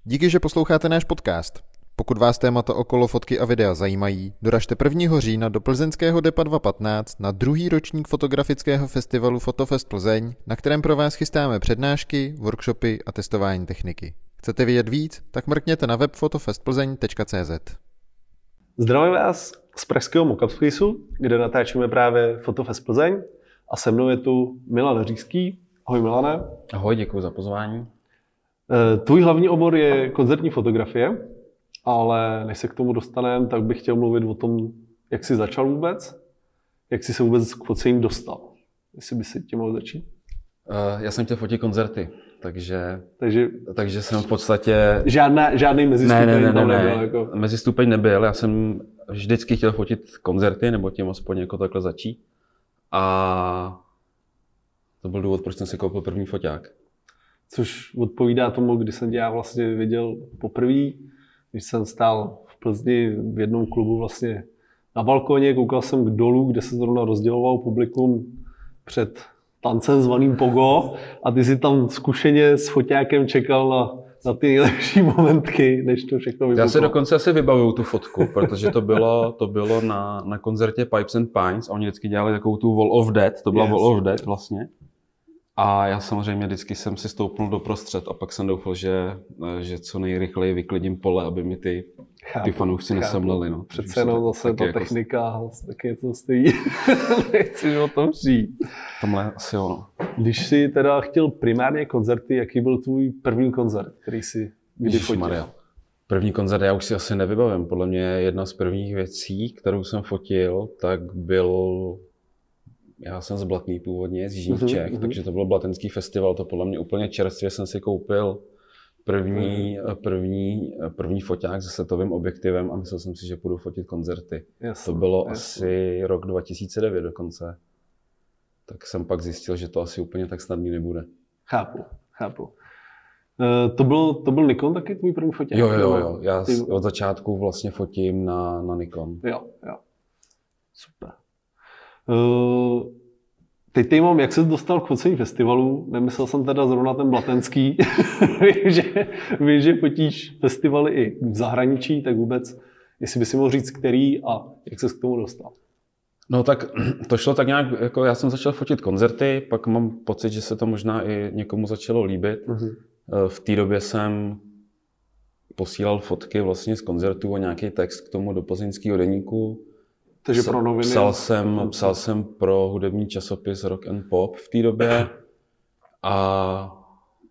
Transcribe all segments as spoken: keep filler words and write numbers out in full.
Díky, že posloucháte náš podcast. Pokud vás témata okolo fotky a videa zajímají, doražte prvního října do plzeňského Depa dva patnáct na druhý ročník fotografického festivalu Fotofest Plzeň, na kterém pro vás chystáme přednášky, workshopy a testování techniky. Chcete vědět víc? Tak mrkněte na web fotofestplzeň tečka cé zet. Zdravím vás z pražského Mockup Spaceu, kde natáčíme právě Fotofest Plzeň a se mnou je tu Milan Řízký. Ahoj Milane. Ahoj, děkuji za pozvání. Tvůj hlavní obor je koncertní fotografie, ale než se k tomu dostaneme, tak bych chtěl mluvit o tom, jak jsi začal vůbec, jak jsi se vůbec k focení dostal. Jestli by si tě mohl začít? Uh, já jsem chtěl fotit koncerty, takže, takže, takže jsem v podstatě... Žádná, žádný mezistupeň ne, ne, ne, tam ne, nebyl? Ne. Jako... Mezistupeň nebyl, já jsem vždycky chtěl fotit koncerty, nebo tím aspoň jako takhle začít. A to byl důvod, proč jsem si koupil první foťák. Což odpovídá tomu, kdy jsem tě já vlastně viděl poprvé, když jsem stál v Plzni v jednom klubu vlastně na balkoně, koukal jsem k dolu, kde se zrovna rozdělovalo publikum před tancem zvaným Pogo a ty si tam zkušeně s foťákem čekal na, na ty nejlepší momentky, než to všechno vypuklo. Já se dokonce asi vybavuju tu fotku, protože to bylo, to bylo na, na koncertě Pipes and Pines a oni vždycky dělali takovou tu Wall of Death, to byla yes. Wall of Death vlastně. A já samozřejmě vždycky jsem si stoupnul doprostřed a pak jsem doufal, že, že co nejrychleji vyklidím pole, aby mi ty, ty fanoušci nesemleli. No. Přece jenom zase ta jako... technika taky něco stojí. Nechceš o tom přijít. Tomhle asi ono. Když jsi teda chtěl primárně koncerty, jaký byl tvůj první koncert, který jsi kdy fotil? První koncert já už si asi nevybavím. Podle mě jedna z prvních věcí, kterou jsem fotil, tak byl... Já jsem z Blatný původně, z Jižních uh-huh, Čech, uh-huh. takže to byl Blatenský festival, to podle mě úplně čerstvě jsem si koupil první, uh-huh. první, první foťák se setovým objektivem a myslel jsem si, že půjdu fotit koncerty. Jasne, to bylo jasne. asi rok dva tisíce devět dokonce. Tak jsem pak zjistil, že to asi úplně tak snadný nebude. Chápu, chápu. Uh, to, byl, to byl Nikon taky tvůj první foťák? Jo, jo, jo. Já Ty... od začátku vlastně fotím na, na Nikon. Jo, jo. Super. Uh, teď tady mám, jak ses dostal k focení festivalu, nemyslel jsem teda zrovna ten Blatenský, víš, že, víš, že fotíš festivaly i v zahraničí, tak vůbec, jestli by si mohl říct, který a jak ses k tomu dostal? No tak to šlo tak nějak, jako já jsem začal fotit koncerty, pak mám pocit, že se to možná i někomu začalo líbit. Uh-huh. V té době jsem posílal fotky vlastně z koncertů a nějaký text k tomu do plzeňského deníku. Takže pro noviny? Psal jsem, psal jsem pro hudební časopis Rock and Pop v té době a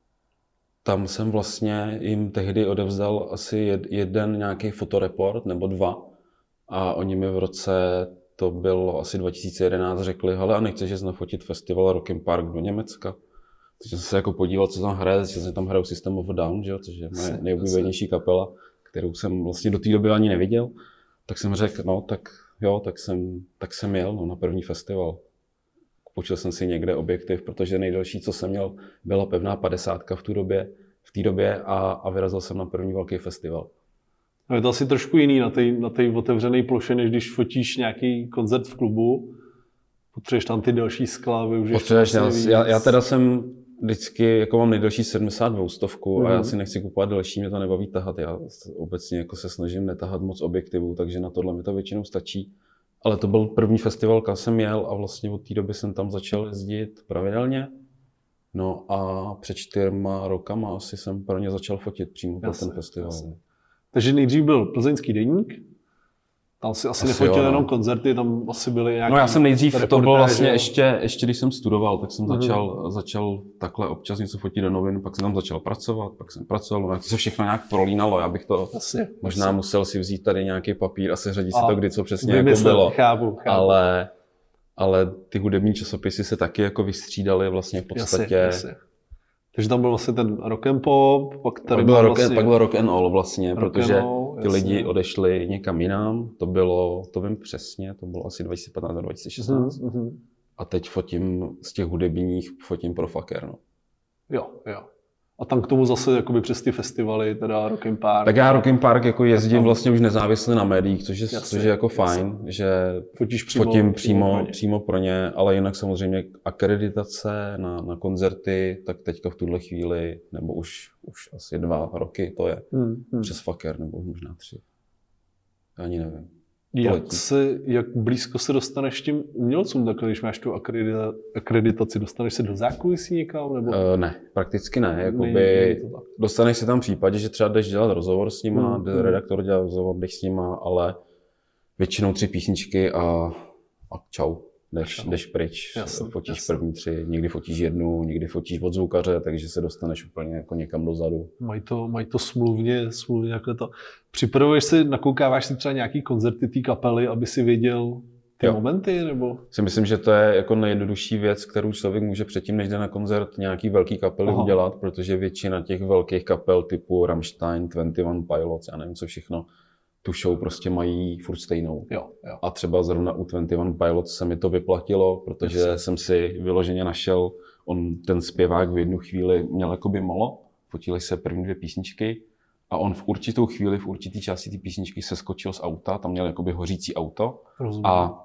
tam jsem vlastně jim tehdy odevzdal asi jeden nějaký fotoreport nebo dva a oni mi v roce, to bylo asi dva tisíce jedenáct, řekli, hele a nechceš jít nafotit festival Rock and Park do Německa? Takže jsem se jako podíval, co tam hraje, že jsem tam hrál System of a Down, že jo, což je moje nejoblíbenější kapela, kterou jsem vlastně do té doby ani neviděl. Tak jsem řekl, no tak jo, tak jsem, tak jsem jel no, na první festival. Počil jsem si někde objektiv, protože nejdelší, co jsem měl, byla pevná padesátka v té době, v té době a, a vyrazil jsem na první velký festival. No je to asi trošku jiný na té na té otevřené ploše, než když fotíš nějaký koncert v klubu. Potřebuješ tam ty další skla, využiješ. Potřebuješ, já, já teda jsem vždycky, jako mám nejdelší sedmdesát dva stovku mm. a já si nechci kupovat další, mě to nebaví tahat. Já obecně jako se snažím netahat moc objektivů, takže na tohle mi to většinou stačí. Ale to byl první festival, kam jsem jel a vlastně od té doby jsem tam začal jezdit pravidelně. No a před čtyřma rokama asi jsem pro ně začal fotit přímo pro ten festival. Jasně. Takže nejdřív byl plzeňský deník. Tam si asi, asi nefotil jo, jenom no. koncerty, tam asi byly nějaké. No já jsem nejdřív, reportáže. To bylo vlastně ještě, ještě když jsem studoval, tak jsem uh-huh. začal, začal takhle občas něco fotit do novin, pak jsem tam začal pracovat, pak jsem pracoval, no to se všechno nějak prolínalo, já bych to asi, možná asi. musel si vzít tady nějaký papír a seřadit si to, kdy co přesně vymyslet, jako bylo. Chápu, chápu. Ale, ale ty hudební časopisy se taky jako vystřídaly vlastně v podstatě. Jasně, jasně. Takže tam byl vlastně ten rock and pop, pak tady pak byl rock, vlastně... Pak byl rock and roll vlastně, rock protože roll, ty lidi odešli někam jinam, to bylo, to vím přesně, to bylo asi dva tisíce patnáct a dva tisíce šestnáct. Mm-hmm. A teď fotím z těch hudebních, fotím pro Faker, no. Jo, jo. A tam k tomu zase jakoby přes ty festivaly, teda Rock in Park. Tak já Rock in Park jako jezdím vlastně už nezávisle na médiích, což je, jasně, což je jako fajn, jasně. že Fotíš přímo, fotím přímo, přímo, pro ně. přímo pro ně, ale jinak samozřejmě akreditace na, na koncerty, tak teďka v tuhle chvíli, nebo už, už asi dva roky to je hmm, hmm. přes Faker, nebo možná tři. Ani nevím. Jak, se, jak blízko se dostaneš tím umělcům, takhle, když máš tu akredita, akreditaci, dostaneš se do zákulisí někam? Nebo? Uh, ne, prakticky ne. Jakoby ne, dostaneš se tam v případě, že třeba jdeš dělat rozhovor s nima, mm, jde redaktor dělat rozhovor, jdeš s nima, ale většinou tři písničky a, a čau. Jdeš, jdeš pryč, jasný, fotíš jasný. první tři, někdy fotíš jednu, někdy fotíš od zvukaře, takže se dostaneš úplně jako někam dozadu. Mají to, mají to smluvně, smluvně takhle to. Připravuješ si, nakoukáváš si třeba nějaký koncerty té kapely, aby si věděl ty jo. momenty, nebo? Si myslím, že to je jako nejjednodušší věc, kterou člověk může předtím, než jde na koncert nějaký velký kapely Aha. udělat, protože většina těch velkých kapel typu Rammstein, dvacet jedna Pilots, já nevím co všechno, tu show prostě mají furt stejnou. Jo, jo. A třeba zrovna u dvacet jedna Pilots se mi to vyplatilo, protože Jasně. jsem si vyloženě našel, on ten zpěvák v jednu chvíli měl jakoby malo, fotili se první dvě písničky a on v určitou chvíli, v určitý části té písničky se skočil z auta, tam měl jakoby hořící auto Rozumím. a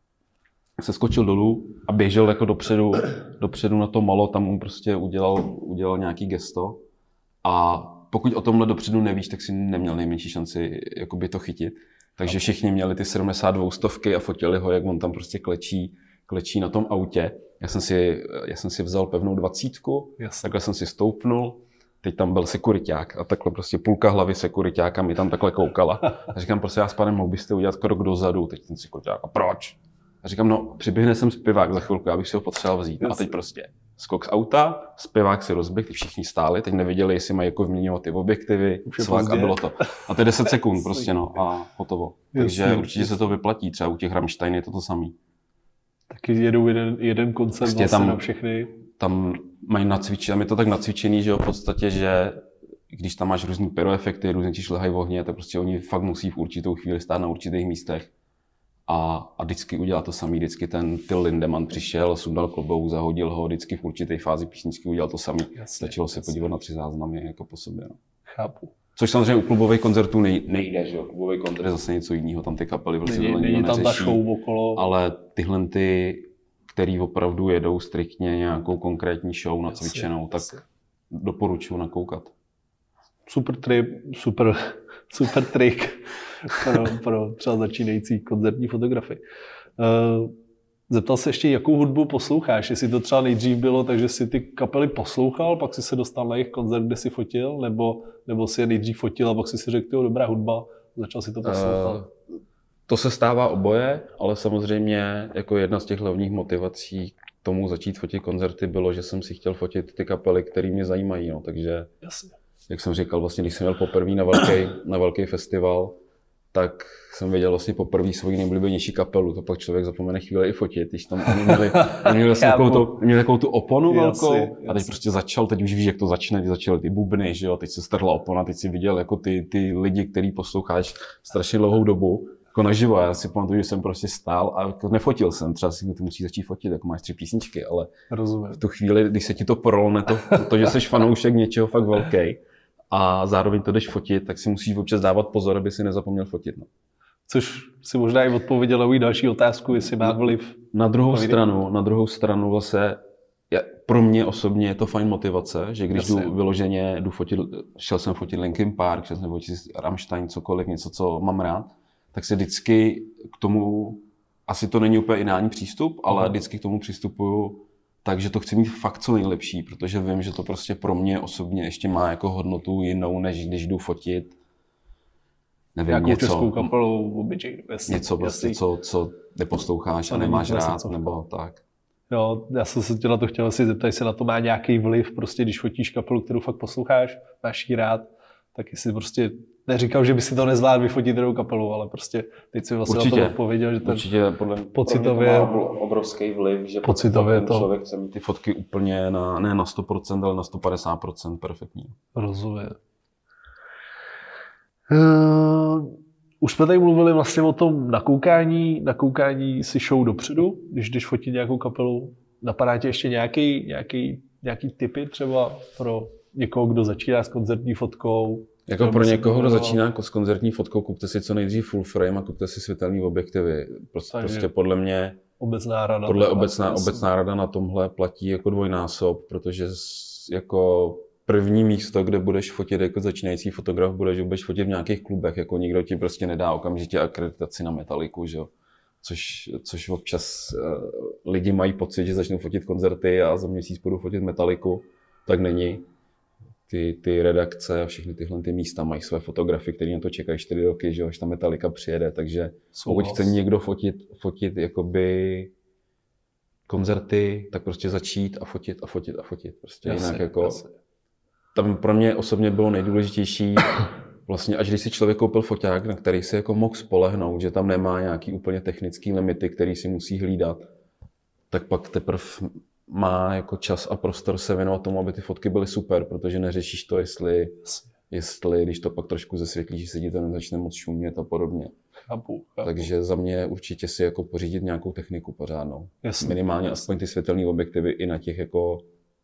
se skočil dolů a běžel jako dopředu, dopředu na to malo, tam on prostě udělal, udělal nějaký gesto a pokud o tomhle dopředu nevíš, tak si neměl nejmenší šanci jakoby to chytit. Takže všichni měli ty sedmdesát dva stovky a fotili ho, jak on tam prostě klečí, klečí na tom autě. Já jsem si, já jsem si vzal pevnou dvacítku, Jasně. takhle jsem si stoupnul, teď tam byl sekuriťák a takhle prostě půlka hlavy sekuriťáka mi tam takhle koukala. A říkám, prostě já s panem, mohl byste udělat krok dozadu, teď ten sekuriťák, a proč? A říkám, no, přiběhne sem zpěvák za chvilku, já bych si ho potřeboval vzít. No a teď prostě skok z auta, zpěvák si rozběh, ty všichni stáli, teď nevěděli, jestli mají jako vyměňovat ty objektivy, svák a bylo to. A to je deset sekund prostě, no, a hotovo. Takže jasný, určitě jasný. se to vyplatí, třeba u těch Rammstein je to to samý. Taky jedou jeden, jeden koncert vlastně tam, na všechny. Tam mají nacvičený, tam je to tak nacvičený, že v podstatě, že když tam máš různý pyroefekty, různě ti šlehají v ohně, tak prostě oni fakt musí v určitou chvíli stát na určitých místech. A, a vždycky udělá to samý, vždycky ten Till Lindemann přišel, sundal klobouk, zahodil ho, vždycky v určité fázi písničky udělal to samý. Stačilo se podívat na tři záznamy jako po sobě. No. Chápu. Což samozřejmě u klubových koncertů nej, nejde, že jo? Klubový koncert je zase něco jiného, tam ty kapely vlastně není, není tam ta show okolo. Ale tyhle ty, který opravdu jedou striktně nějakou konkrétní show nacvičenou, tak jasně. doporučuji nakoukat. Super trip, super, super trik pro, pro třeba začínající koncertní fotografy. Zeptal se ještě, jakou hudbu posloucháš? Jestli to třeba nejdřív bylo, takže si ty kapely poslouchal, pak si se dostal na jejich koncert, kde si fotil, nebo, nebo si je nejdřív fotil a pak si si řekl, jo, dobrá hudba, začal si to poslouchat? Uh, to se stává oboje, ale samozřejmě jako jedna z těch hlavních motivací k tomu začít fotit koncerty bylo, že jsem si chtěl fotit ty kapely, které mě zajímají, no, takže jasně. Jak jsem říkal, vlastně, když jsem jel poprvé na velký, na velký festival, tak jsem věděl vlastně poprvé svoji nejoblíbenější kapelu. To pak člověk zapomene chvíli i fotit, když tam oni měli, oni měli, vlastně takovou, tu, měli takovou tu oponu velkou jasný, a teď prostě začal, teď už víš, jak to začne, teď začaly ty bubny, že jo, teď se strhla opona, teď si viděl jako ty, ty lidi, který posloucháš strašně dlouhou dobu, jako naživo. Já si pamatuju, že jsem prostě stál a jako nefotil jsem, třeba si to musí začít fotit, jako máš tři písničky, ale rozumím. V tu chvíli, když se ti to prolne, to, to že jsi fanoušek něčeho fakt velký, a zároveň to jdeš fotit, tak si musíš občas dávat pozor, aby si nezapomněl fotit. No. Což si možná i odpověděla na další otázku, jestli má vliv. Na druhou stranu, na druhou stranu vlastně, je, pro mě osobně je to fajn motivace, že když Jasně. jdu vyloženě, jdu fotit, šel jsem fotit Linkin Park, šel jsem fotit Rammstein, cokoliv, něco, co mám rád, tak se vždycky k tomu, asi to není úplně ideální přístup, ale uh-huh. vždycky k tomu přistupuju takže to chci mít fakt co nejlepší, protože vím, že to prostě pro mě osobně ještě má jako hodnotu jinou, než když jdu fotit. Nevím, nějakou něco, českou kapelu, obyčej, jasný, něco prostě, jasný. co, co neposloucháš a nemáš rád, co. nebo tak. Jo, já jsem se tě na to chtěl si zeptat, jestli na to má nějaký vliv, prostě když fotíš kapelu, kterou fakt posloucháš, máš jí rád, tak jestli prostě, neříkám, že by si to nezvládl vyfotit jednou kapelu, ale prostě teď si vlastně určitě, na to odpověděl, že ten určitě, podle, pocitově to má obrovský vliv, že pocitově to člověk chce mít ty fotky úplně na, ne na sto procent, ale na sto padesát procent perfektní. Rozumím. Uh, už jsme tady mluvili vlastně o tom nakoukání, nakoukání si show dopředu, když jdeš fotit nějakou kapelu. Napadá tě ještě nějaký, nějaký, nějaký tipy třeba pro někoho, kdo začíná s koncertní fotkou. Jako pro někoho, kdo začíná s koncertní fotkou, kupte si co nejdřív full frame a kupte si světelný objektivy. Prostě, prostě podle mě, obecná rada, podle obecná, obecná rada na tomhle platí jako dvojnásob, protože jako první místo, kde budeš fotit jako začínající fotograf, budeš, budeš fotit v nějakých klubech, jako nikdo ti prostě nedá okamžitě akreditaci na Metalliku, že jo. Což, což občas uh, lidi mají pocit, že začnou fotit koncerty a za měsíc budou fotit Metalliku, tak není. Ty, ty redakce a všechny tyhle ty místa mají své fotografy, které na to čekají čtyři roky, že až ta Metallica přijede, takže pokud chce někdo fotit, fotit jakoby koncerty, tak prostě začít a fotit a fotit a fotit. Prostě jasně, jinak jako jasně. Tam pro mě osobně bylo nejdůležitější, vlastně až když si člověk koupil foťák, na který si jako mohl spolehnout, že tam nemá nějaký úplně technický limity, který si musí hlídat, tak pak teprve má jako čas a prostor se věnovat tomu, aby ty fotky byly super, protože neřešíš to, jestli, jestli když to pak trošku zesvětlíš, že se ti to nezačne moc šumět a podobně. Chápu, chápu. Takže za mě určitě si jako pořídit nějakou techniku pořádnou. Jasně, minimálně jasně. aspoň ty světelné objektivy i na těch jako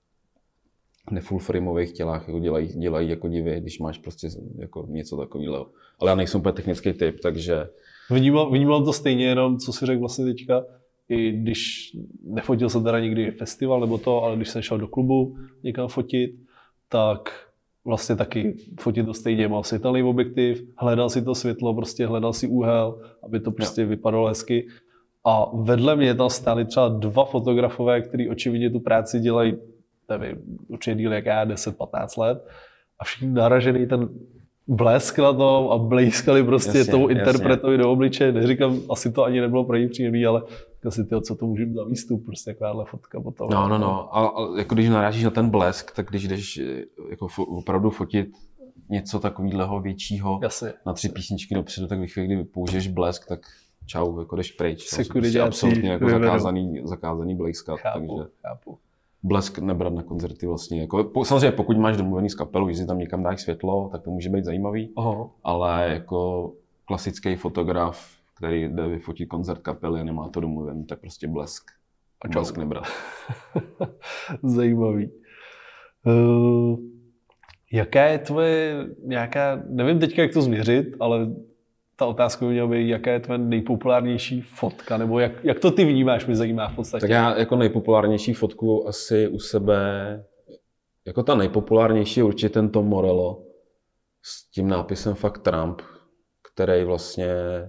nefull frameových tělách jako dělají, dělají jako divy, když máš prostě jako něco takového. Ale já nejsem úplně technický typ, takže... Vnímal, vnímal to stejně, jenom co si řekl vlastně teďka, i když nefotil jsem teda nikdy festival nebo to, ale když jsem šel do klubu někam fotit, tak vlastně taky fotit to stejně, mal světelný objektiv, hledal si to světlo, prostě hledal si úhel, aby to prostě no. vypadalo hezky. A vedle mě tam stáli třeba dva fotografové, kteří očividně tu práci dělají, nevím, určitě díl jak já, deset patnáct let. A všichni naražený ten blesk na tom a blízkali prostě jasně, tomu interpretovi jasně. do obličeje. Neříkám, asi to ani nebylo pro ně příjemný, ale asi tyjo, co to můžu za výstup, prostě takováhle fotka potom. No, no, no. A, a jako když narážíš na ten blesk, tak když jdeš jako opravdu fotit něco takového většího jasně. na tři písničky dopředu, tak ve chvíli, kdy použiješ blesk, tak čau, jako jdeš pryč. To je prostě absolutně jako zakázaný, zakázaný bleskat. Chápu, takže chápu. Blesk nebrat na koncerty vlastně. Jako, samozřejmě pokud máš domluvený s kapelou, že si tam někam dáš světlo, tak to může být zajímavý. Aha. Ale jako klasický fotograf, který jde vyfotit koncert kapely a nemá to domluvený, tak prostě blesk. A blesk nebrat. Zajímavý. Uh, jaká je tvoje nějaká, nevím teďka, jak to změřit, ale ta otázka by měla být, jaká je tvoje nejpopulárnější fotka, nebo jak, jak to ty vnímáš, mě zajímá v podstatě. Tak já jako nejpopulárnější fotku asi u sebe, jako ta nejpopulárnější je určitě ten Tom Morello s tím nápisem Fuck Trump, který vlastně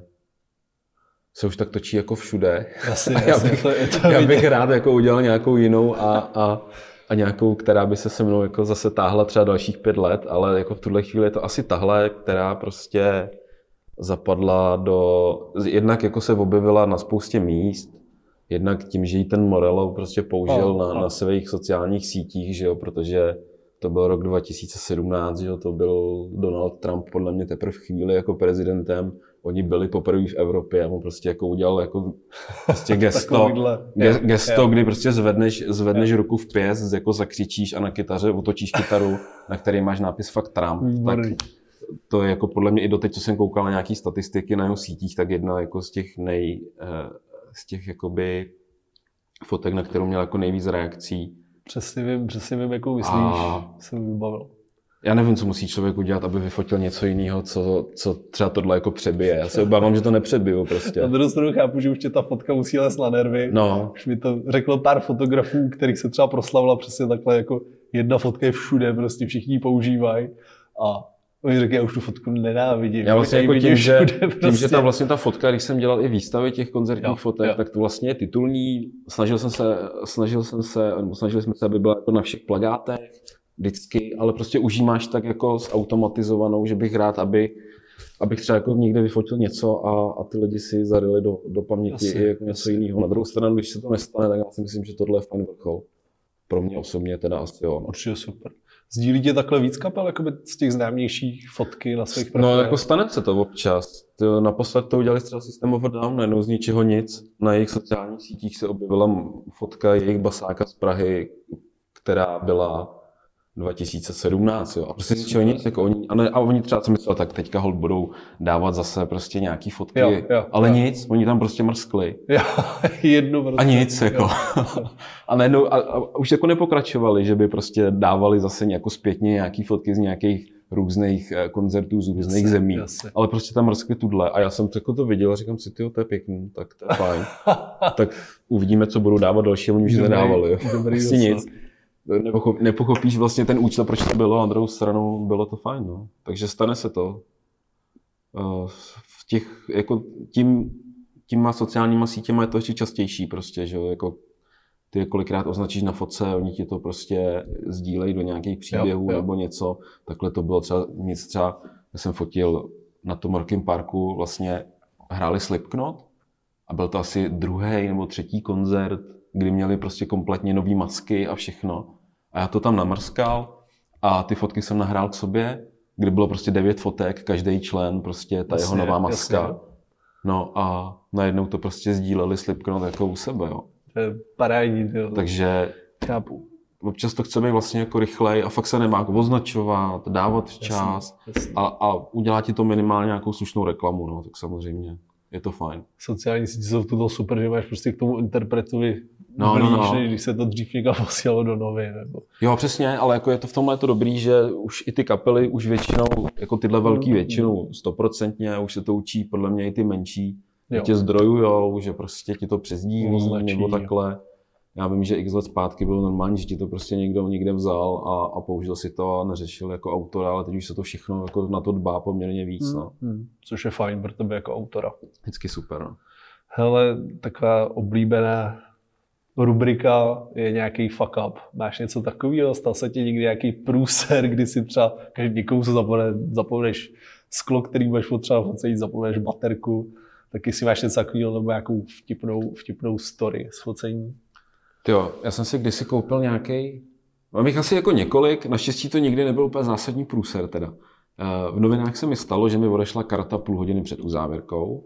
se už tak točí jako všude. Jasně, já jasně, bych, to je to já bych rád jako udělal nějakou jinou a, a, a nějakou, která by se se mnou jako zase táhla třeba dalších pět let, ale jako v tuhle chvíli je to asi tahle, která prostě zapadla do, jednak jako se objevila na spoustě míst, jednak tím, že ji ten Morello prostě použil oh, na, oh. na svých sociálních sítích, že jo, protože to byl rok dva tisíce sedmnáct, že jo, to byl Donald Trump podle mě teprve v chvíli jako prezidentem, oni byli poprvé v Evropě a on prostě jako udělal jako prostě gesto, ge, gesto, kdy prostě zvedneš, zvedneš ruku v pěst, jako zakřičíš a na kytaře otočíš kytaru, na který máš nápis Fuck Trump, tak to je jako podle mě i doteď, co jsem koukal na nějaký statistiky na jeho sítích, tak jedna jako z těch nej, z těch jakoby fotek, na kterou měl jako nejvíc reakcí. Přesně vím, přesně vím, jakou myslíš, a... jsem vybavil. Já nevím, co musí člověk udělat, aby vyfotil něco jiného, co, co třeba tohle jako přebije. Já se obávám, že to nepřebiju prostě. Na druhou stranu chápu, že už tě ta fotka musí lézt na nervy. No. Už mi to řeklo pár fotografů, kterých se třeba proslavila přesně takhle, jako jedna fotka je všude, prostě všichni ji používají. A oni řekli, já už tu fotku nenávidím. Já vlastně jako tím, že, prostě. tím, že ta vlastně ta fotka, když jsem dělal i výstavy těch koncertních jo, fotek, jo. tak to vlastně je titulní. Snažil jsem se, snažil jsem se, snažili jsme se, aby byla jako na všech plakátech vždycky, ale prostě užímáš tak jako zautomatizovanou, že bych rád, aby, abych třeba jako někde vyfotil něco a, a ty lidi si zarili do, do paměti i jako něco jiného. Na druhou stranu, když se to nestane, tak já si myslím, že tohle je fajn vrchol. Pro mě osobně teda asi jo. No. Určitě super. Sdílí tě takhle víc kapel jakoby z těch známějších fotky na svých profilech? No jako stane se to občas. To, naposled to udělali třeba System of a Down, najednou z ničeho nic. Na jejich sociálních sítích se objevila fotka jejich basáka z Prahy, která byla dva tisíce sedmnáct, jo. A prostě si nic, jako oni, a, ne, a oni třeba si mysleli, tak teďka hold budou dávat zase prostě nějaký fotky, jo, jo, ale jo. nic, oni tam prostě mrskli. Jo, jedno prostě. A nic, jako. A najednou, a, a už jako nepokračovali, že by prostě dávali zase jako zpětně nějaký fotky z nějakých různých koncertů z různých jasne, zemí. Jasne. Ale prostě tam mrskli tudle a já jsem jako to viděl a říkám si, tyjo, to je pěkný, tak to je fajn. Tak uvidíme, co budou dávat další, oni už nedávali. Jo. Vlastně nic. Nepochop, nepochopíš vlastně ten účel, proč to bylo, a na druhou stranu bylo to fajn. No. Takže stane se to. V těch, jako tím, těma sociálníma sítěma je to ještě častější prostě, že jako ty je kolikrát označíš na fotce, oni ti to prostě sdílejí do nějakých příběhů jo, jo. nebo něco. Takhle to bylo třeba, nic třeba, já jsem fotil na tom Rockym Parku, vlastně hráli Slipknot a byl to asi druhý nebo třetí koncert, kdy měli prostě kompletně nový masky a všechno. A já to tam namrskal a ty fotky jsem nahrál k sobě, kdy bylo prostě devět fotek, každý člen, prostě ta jasně, jeho nová maska. Jasně. No a najednou to prostě sdíleli Slipknot jako u sebe, jo. To je parádní, jo. Takže chápu. Občas to chce být vlastně jako rychlej a fakt se nemá jako označovat, dávat včas jasně, jasně. A, a udělá ti to minimálně nějakou slušnou reklamu, no, tak samozřejmě je to fajn. Sociální sítě jsou to super, že máš prostě k tomu interpretovi no, blíž, no, no. když se to dřív někam posílalo do novin. Nebo... Jo, přesně, ale jako je to v tomhle je to dobrý, že už i ty kapely už většinou, jako tyhle velký většinou, stoprocentně, už se to učí podle mě i ty menší, že tě zdrojujou, že prostě ti to přesdílí označí, nebo takhle. Jo. Já vím, že x let zpátky bylo normální, že ti to prostě někdo někde vzal a, a použil si to a neřešil jako autora, ale teď už se to všechno jako na to dbá poměrně víc. No. Hmm, což je fajn pro tebe jako autora. Vždycky super. No. Hele, taková oblíbená rubrika je nějaký fuck up. Máš něco takového? Stal se ti někdy nějaký průser, kdy si třeba někomu se zapomene, zapomeneš sklo, který budeš potřeba focení, zapomeneš baterku, tak jestli máš něco takového nebo nějakou vtipnou, vtipnou story s focení? Jo, já jsem si kdysi koupil nějaký, mám jich asi jako několik, naštěstí to nikdy nebyl úplně zásadní průser teda. V novinách se mi stalo, že mi odešla karta půl hodiny před uzávěrkou,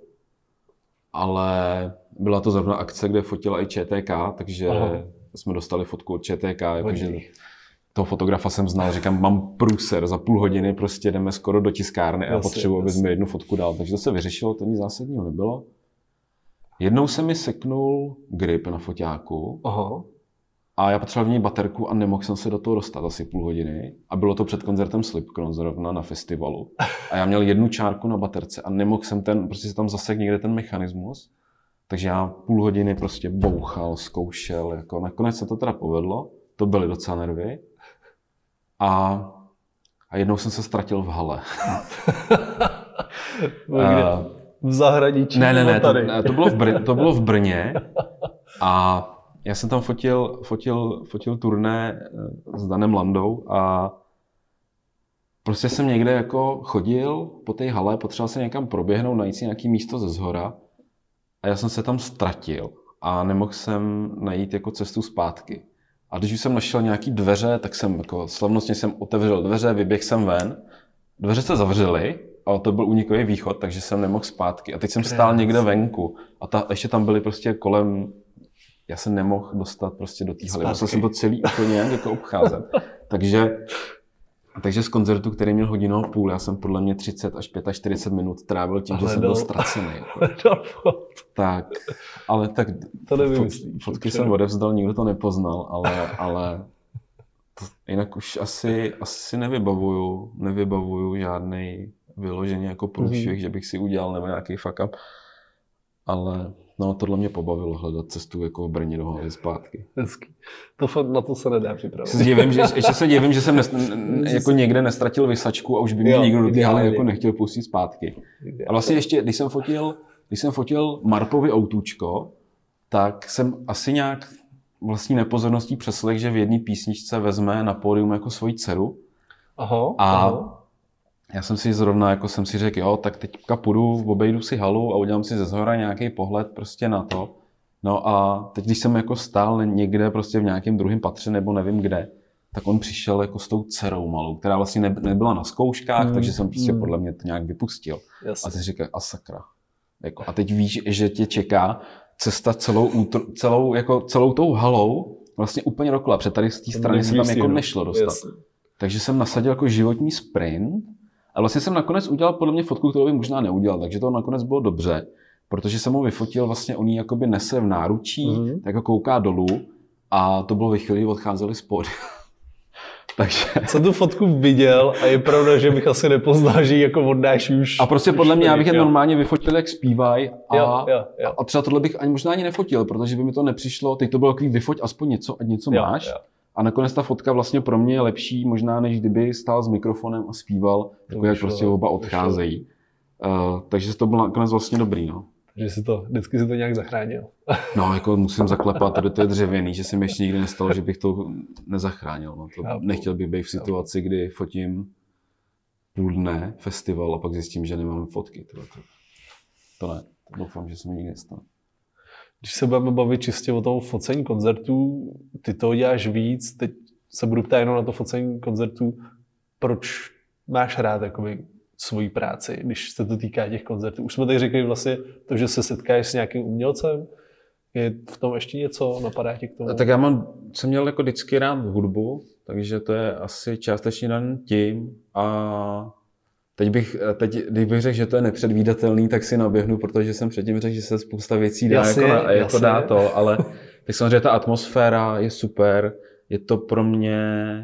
ale byla to zrovna akce, kde fotila i ČTK, takže aha. jsme dostali fotku od ČTK, jakože toho fotografa jsem znal, říkám, mám průser, za půl hodiny prostě jdeme skoro do tiskárny a potřebuji, abys mi jednu fotku dal, takže to se vyřešilo, to nic zásadního nebylo. Jednou se mi seknul grip na foťáku aha. a já potřeboval v něj baterku a nemohl jsem se do toho dostat asi půl hodiny. A bylo to před koncertem Slipknot zrovna na festivalu. A já měl jednu čárku na baterce a nemohl jsem ten, prostě se tam zasek někde ten mechanismus. Takže já půl hodiny prostě bouchal, zkoušel, jako nakonec se to teda povedlo. To byly docela nervy. A, a jednou jsem se ztratil v hale. a, v zahraničí? Ne, ne, ne, to, ne to, bylo v Br- to bylo v Brně a já jsem tam fotil, fotil, fotil turné s Danem Landou a prostě jsem někde jako chodil po té hale, potřeboval jsem někam proběhnout, najít si nějaké místo ze zhora a já jsem se tam ztratil a nemohl jsem najít jako cestu zpátky. A když už jsem našel nějaký dveře, tak jsem jako slavnostně jsem otevřel dveře, vyběhl jsem ven, dveře se zavřely, ale to byl únikový východ, takže jsem nemohl zpátky. A teď jsem stál někde venku a ta, ještě tam byly prostě kolem, já jsem nemohl dostat prostě do té haly. Musel jsem to celý úplně jako obcházet. takže, takže z koncertu, který měl hodinu a půl, já jsem podle mě třicet až čtyřicet pět minut trávil tím, že jsem byl ztracený. Jako. tak, ale tak to fot, fotky jsem odevzdal, nikdo to nepoznal, ale, ale to, jinak už asi, asi nevybavuju, nevybavuju žádnej vyloženě jako průšvih, mm-hmm. že bych si udělal nebo nějaký fuck up. Ale no, tohle mě pobavilo hledat cestu jako v Brně do haly zpátky. Hezký. To fakt na to se nedá připravit. Se divím, že, ještě se divím, že jsem nes, jako někde nestratil vysačku a už by mě jo, nikdo do té haly jako nechtěl pustit zpátky. A vlastně ještě, když jsem fotil, když jsem fotil Marpovi autůčko, tak jsem asi nějak vlastní nepozorností přeslech, že v jedné písničce vezme na pódium jako svoji dceru. Aha, a aha. Já jsem si zrovna, jako jsem si řekl, jo, tak teďka půjdu, obejdu si halu a udělám si ze zhora nějaký pohled prostě na to. No a teď, když jsem jako stál někde prostě v nějakém druhém patře nebo nevím kde, tak on přišel jako s tou dcerou malou, která vlastně nebyla na zkouškách, mm. takže jsem prostě mm. podle mě to nějak vypustil. Jasně. A ty říkal, a sakra. Jako, a teď víš, že tě čeká cesta celou, útr, celou, jako celou tou halou vlastně úplně dokola, protože tady z té strany se tam jako nešlo dostat. Jasně. takže jsem nasadil jako životní sprint a vlastně jsem nakonec udělal podle mě fotku, kterou bych možná neudělal, takže to nakonec bylo dobře, protože jsem ho vyfotil, vlastně on ji jakoby nese v náručí, mm-hmm. tak ho kouká dolů a to bylo ve chvíli, kdy odcházeli spod. Takže... Jsem tu fotku viděl a je pravda, že bych asi nepoznal, že ji jako oddáš už. A prostě podle mě, já bych je normálně vyfotil, jak zpívají a, jo, jo, jo. a třeba tohle bych ani možná ani nefotil, protože by mi to nepřišlo, teď to bylo takový vyfoť aspoň něco, ať něco jo, máš. Jo. A nakonec ta fotka vlastně pro mě je lepší možná, než kdyby stál s mikrofonem a zpíval, jako jak prostě oba odcházejí. Uh, takže to bylo nakonec vlastně dobrý, no. Takže si to, vždycky si to nějak zachránil. No, jako musím zaklepat, tady to je dřevěný, že se mi ještě nikdy nestalo, že bych to nezachránil. No. To nechtěl bych být v situaci, kdy fotím půl dne festival a pak zjistím, že nemám fotky. To, to, to ne, doufám, že se mi nikdy nestane. Když se budeme bavit čistě o tom focení koncertů, ty to děláš víc, teď se budu ptát jenom na to focení koncertů, proč máš rád jakoby svoji práci, když se to týká těch koncertů. Už jsme tady řekli vlastně to, že se setkáš s nějakým umělcem, je v tom ještě něco, napadá tě k tomu? Tak já mám, jsem měl jako vždycky rád hudbu, takže to je asi částečně dan tím a teď bych, teď, když bych řekl, že to je nepředvídatelný, tak si naběhnu, protože jsem předtím řekl, že se spousta věcí dá, jasně, jako, na, jako dá to, ale tak samozřejmě ta atmosféra je super, je to pro mě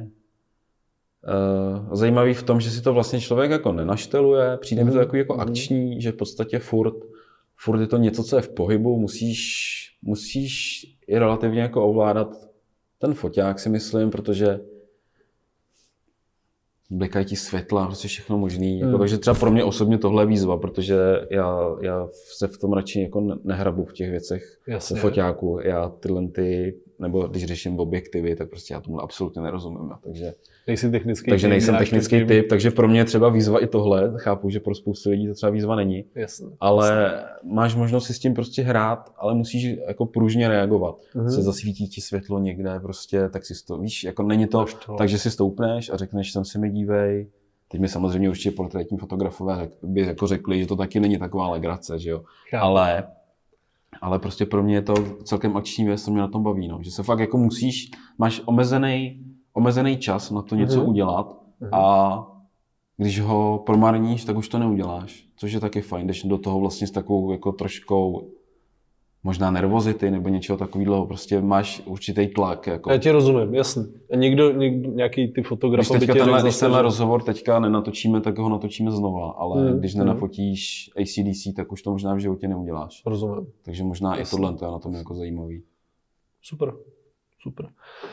uh, zajímavý v tom, že si to vlastně člověk jako nenašteluje, přijde mi to takový jako akční, že v podstatě furt, furt je to něco, co je v pohybu, musíš, musíš i relativně jako ovládat ten foťák, si myslím, protože blikají ti světla, prostě všechno možný. Mm. Jako, takže třeba pro mě osobně tohle je výzva, protože já, já se v tom radši jako nehrabu v těch věcech v foťáku. Já tyhle ty, nebo když řeším objektivy, tak prostě já tomu absolutně nerozumím. Takže nejsem technický takže typ, nejsem technický typ, typ, takže pro mě je třeba výzva i tohle. Chápu, že pro spoustu lidí to třeba výzva není. Jasně, ale jasně. Máš možnost si s tím prostě hrát, ale musíš jako pružně reagovat. Mm. Se zasvítí ti světlo někde, prostě, tak si to, víš, jako není to, to takže si stoupneš a řekneš, sem si mi dívej. Teď mi samozřejmě určitě portrétní fotografové by jako řekli, že to taky není taková legrace, že jo. Ale, ale prostě pro mě je to celkem akční věc, co mě na tom baví, no. Že se fakt jako musíš, máš omezený omezený čas na to něco mm. udělat mm. a když ho promarníš, tak už to neuděláš, což je taky fajn, když do toho vlastně s takovou jako troškou možná nervozity nebo něčeho takového, prostě máš určitý tlak. Jako. Já ti rozumím, jasně. A někdo, někdo nějaký ty fotograf by tě tenhle, když tenhle rozhovor teďka nenatočíme, tak ho natočíme znova, ale mm. když nenafotíš A C D C, tak už to možná v životě neuděláš. Rozumím. Takže možná jasně. I tohle to je na tom jako zajímavý. Super, super.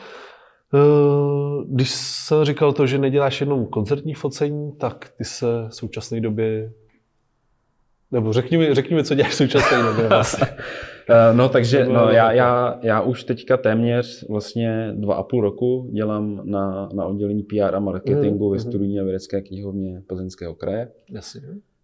Když jsem říkal to, že neděláš jenom koncertní focení, tak ty se v současné době, nebo řekni mi, řekni mi co děláš v současné době. Vlastně. No takže no, já, já, já už teďka téměř vlastně dva a půl roku dělám na, na oddělení P R a marketingu mm, ve studijní a vědecké knihovně Plzeňského kraje. Jasně.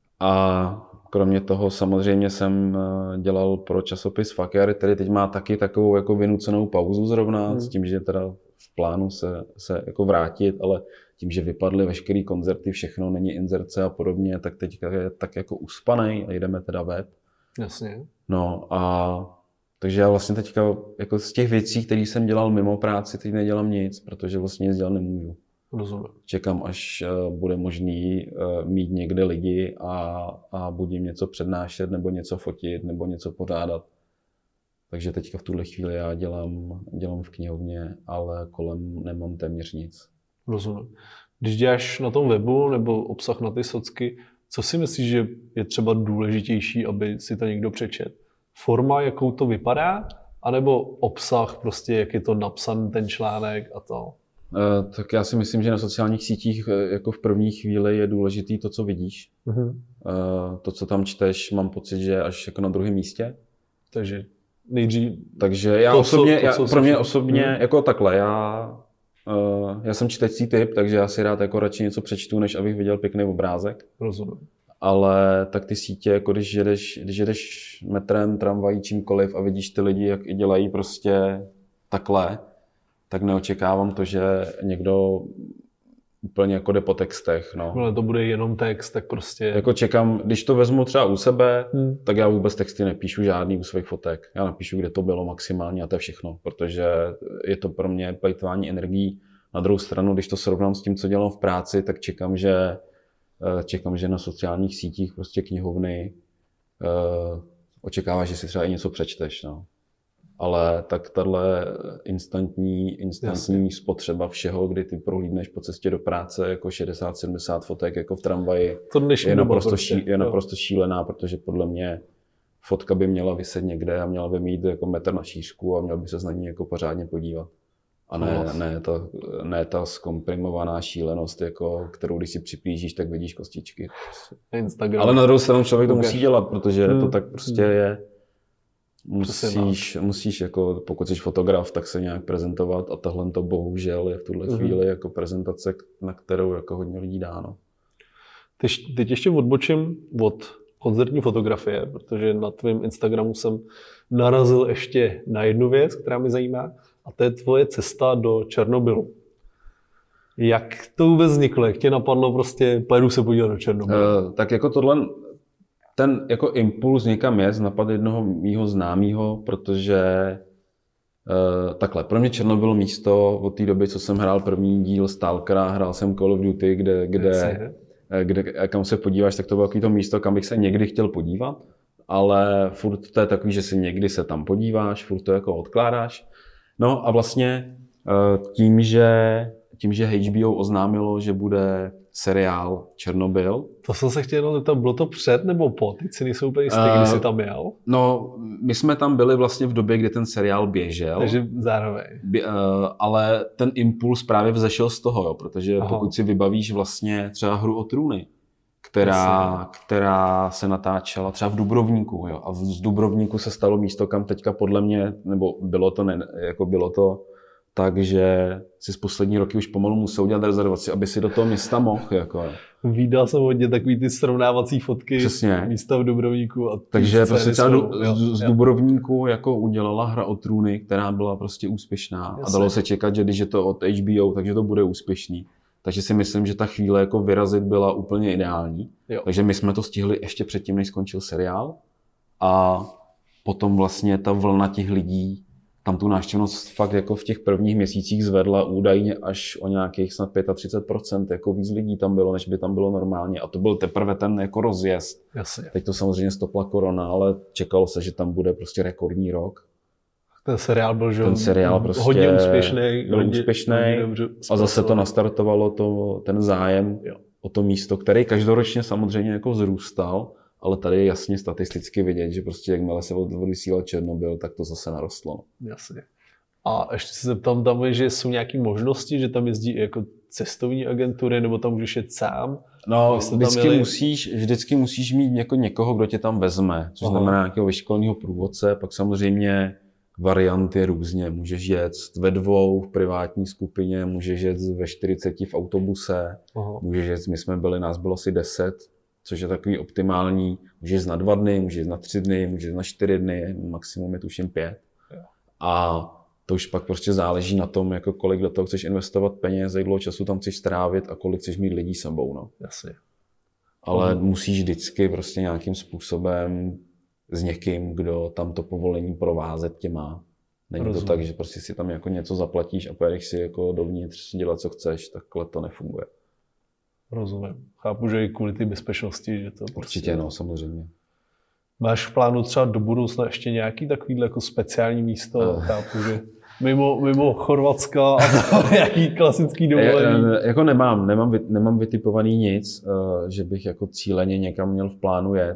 A kromě toho samozřejmě jsem dělal pro časopis Faker, který teď má taky takovou jako vynucenou pauzu zrovna, mm. s tím, že teda v plánu se, se jako vrátit, ale tím, že vypadly veškerý koncerty, všechno, není inzerce a podobně, tak teď je tak jako uspanej a jdeme teda web. Jasně. No a takže já vlastně teďka jako z těch věcí, které jsem dělal mimo práci, teď nedělám nic, protože vlastně nic dělat nemůžu. Rozumím. Čekám, až bude možný mít někde lidi a, a buď jim něco přednášet, nebo něco fotit, nebo něco pořádat. Takže teďka v tuhle chvíli já dělám, dělám v knihovně, ale kolem nemám téměř nic. Rozumím. Když děláš na tom webu nebo obsah na ty socky, co si myslíš, že je třeba důležitější, aby si to někdo přečet? Forma, jakou to vypadá, anebo obsah, prostě jak je to napsaný ten článek a to? E, tak já si myslím, že na sociálních sítích jako v první chvíli je důležitý to, co vidíš. Uh-huh. E, to, co tam čteš, mám pocit, že až jako na druhém místě. Takže nejdřív... Takže já to, osobně, to, já, co, pro mě co, osobně, hmm. jako takhle, já, uh, já jsem čtecí typ, takže já si rád jako radši něco přečtu, než abych viděl pěkný obrázek. Rozumím. Ale tak ty sítě, jako když jedeš, když jedeš metrem, tramvají, čímkoliv a vidíš ty lidi, jak i dělají prostě takhle, tak neočekávám to, že někdo úplně jako jde po textech, no. Ale to bude jenom text, tak prostě... Jako čekám, když to vezmu třeba u sebe, hmm. tak já vůbec texty nepíšu žádný u svých fotek. Já napíšu, kde to bylo maximálně a to je všechno, protože je to pro mě plejtvání energií, Na druhou stranu, když to srovnám s tím, co dělám v práci, tak čekám, že, čekám, že na sociálních sítích prostě knihovny uh, očekáváš, že si třeba i něco přečteš. No. Ale tak tahle instantní, instantní Jasně. spotřeba všeho, kdy ty prohlídneš po cestě do práce jako šedesát sedmdesát fotek jako v tramvaji, je, naprosto, prostě, ší, je naprosto šílená, protože podle mě fotka by měla viset někde a měla by mít jako metr na šířku a měl by se na ní jako pořádně podívat. A ne, ne, ta, ne ta zkomprimovaná šílenost, jako, kterou když si připlížíš, tak vidíš kostičky. Instagram. Ale na druhou stranu člověk to musí dělat, protože hmm. to tak prostě je. Musíš, musíš jako, pokud jsi fotograf, tak se nějak prezentovat a tohle to bohužel je v tuhle mm-hmm. chvíli jako prezentace, na kterou jako hodně lidí dá. No. Teď, teď ještě odbočím od koncertní fotografie, protože na tvém Instagramu jsem narazil ještě na jednu věc, která mě zajímá, a to je tvoje cesta do Černobylu. Jak to vůbec vzniklo? Jak tě napadlo prostě, pojedu se podívat do Černobylu? Uh, tak jako tohle, ten jako impuls někam je, napad jednoho mýho známého, protože uh, takhle, pro mě Černobyl bylo místo od té doby, co jsem hrál první díl Stalkera, hrál jsem Call of Duty, kde, kde, kde, kam se podíváš, tak to bylo takový to místo, kam bych se někdy chtěl podívat, ale furt to je takový, že si někdy se tam podíváš, furt to jako odkládáš. No a vlastně tím, že, tím, že H B O oznámilo, že bude seriál Černobyl. To jsem se chtěl jenom zeptat, bylo to před nebo po? Teď si nejsou úplně jistý, kdy jsi tam jel. No, my jsme tam byli vlastně v době, kdy ten seriál běžel. Takže zároveň. Bě, uh, ale ten impuls právě vzešel z toho, jo, protože Aha. pokud si vybavíš vlastně třeba Hru o trůny, která, která se natáčela třeba v Dubrovníku, jo, a z Dubrovníku se stalo místo, kam teďka podle mě, nebo bylo to, ne, jako bylo to tak, že si z poslední roky už pomalu musel udělat rezervaci, aby si do toho města mohl. Jako. Vídal jsem hodně takový ty srovnávací fotky Přesně. místa v Dubrovníku. A takže prostě třeba do, z, z Dubrovníku jako udělala Hra o trůny, která byla prostě úspěšná. Jasně. A dalo se čekat, že když je to od H B O, takže to bude úspěšný. Takže si myslím, že ta chvíle jako vyrazit byla úplně ideální. Jo. Takže my jsme to stihli ještě předtím, než skončil seriál. A potom vlastně ta vlna těch lidí tam tu návštěvnost fakt jako v těch prvních měsících zvedla údajně až o nějakých snad třicet pět procent, jako víc lidí tam bylo, než by tam bylo normálně. A to byl teprve ten jako rozjezd. Jasně. Teď to samozřejmě stopla korona, ale čekalo se, že tam bude prostě rekordní rok. Ten seriál byl, že ten seriál prostě hodně úspěšný. Byl hodně, úspěšný hodně a zase to nastartovalo to, ten zájem jo. o to místo, který každoročně samozřejmě jako vzrůstal, ale tady je jasně statisticky vidět, že prostě jakmile se odvysílal Černobyl, tak to zase narostlo. Jasně. A ještě se zeptám tam, že jsou nějaké možnosti, že tam jezdí jako cestovní agentury, nebo tam můžeš jet sám? No, vždycky, měli... musíš, vždycky musíš mít jako někoho, kdo tě tam vezme, což Aha. znamená nějakého vyškolního průvodce, pak samozřejmě varianty různě. Můžeš jet ve dvou v privátní skupině, můžeš jet ve čtyřiceti v autobuse, Aha. můžeš jet, my jsme byli, nás bylo asi deset, což je takový optimální. Můžeš jít na dva dny, můžeš jít na tři dny, můžeš jít na čtyři dny, maximum je tuším pět. A to už pak prostě záleží na tom, jako kolik do toho chceš investovat peněz, jak dlouho času tam chceš strávit a kolik chceš mít lidí s sebou. No. Jasně. Ale hmm. musíš vždycky prostě nějakým způsobem s někým, kdo tam to povolení provázet tě má. Není Rozumím. To tak, že prostě si tam jako něco zaplatíš a pojedeš si jako dovnitř dělat, co chceš, takhle to nefunguje. Rozumím. Chápu, že i kvůli té bezpečnosti, že to Určitě, prostě... no, samozřejmě. Máš v plánu třeba do budoucna ještě nějaký takovýhle jako speciální místo? Uh. Chápu, že mimo, mimo Chorvatska a nějaký klasický dovolení? Je, jako nemám, nemám, nemám vytipovaný nic, že bych jako cíleně někam měl v plánu jet.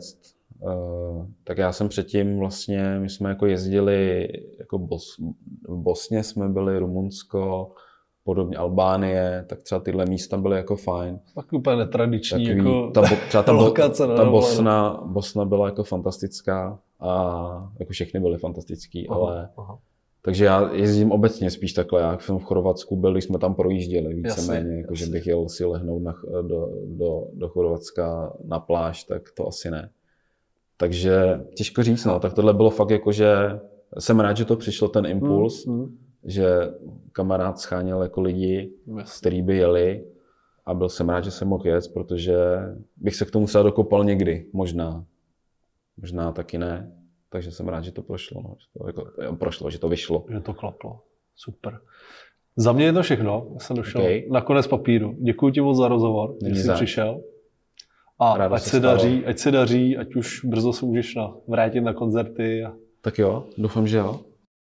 Tak já jsem předtím vlastně, my jsme jako jezdili, jako Bos, v Bosně jsme byli, Rumunsko, podobně Albánie, tak třeba tyhle místa byly jako fajn. Tak úplně netradiční, Takový, jako ta, třeba ta, lokace. Ta Bosna, Bosna byla jako fantastická a jako všechny byly fantastický, aha, ale... Aha. Takže já jezdím obecně spíš takhle, jak jsem v Chorvatsku byl, když jsme tam projížděli víceméně, jako že bych jel si lehnout na, do, do, do Chorvatska na pláž, tak to asi ne. Takže těžko říct, no, tak tohle bylo fakt jako, že jsem rád, že to přišlo ten impuls, mm, mm. že kamarád scháněl jako lidi, yes. který by jeli a byl jsem rád, že jsem mohl jet, protože bych se k tomu třeba dokopal někdy, možná, možná taky ne, takže jsem rád, že to prošlo, no, že to jako, prošlo, že to vyšlo. Že to klaplo, super. Za mě je to všechno. Já jsem došel Okay. na konec papíru. Děkuji ti moc za rozhovor, že jsi přišel. A ať se, daří, ať se daří, ať už brzo se můžeš na, vrátit na koncerty. A... Tak jo, doufám, že jo.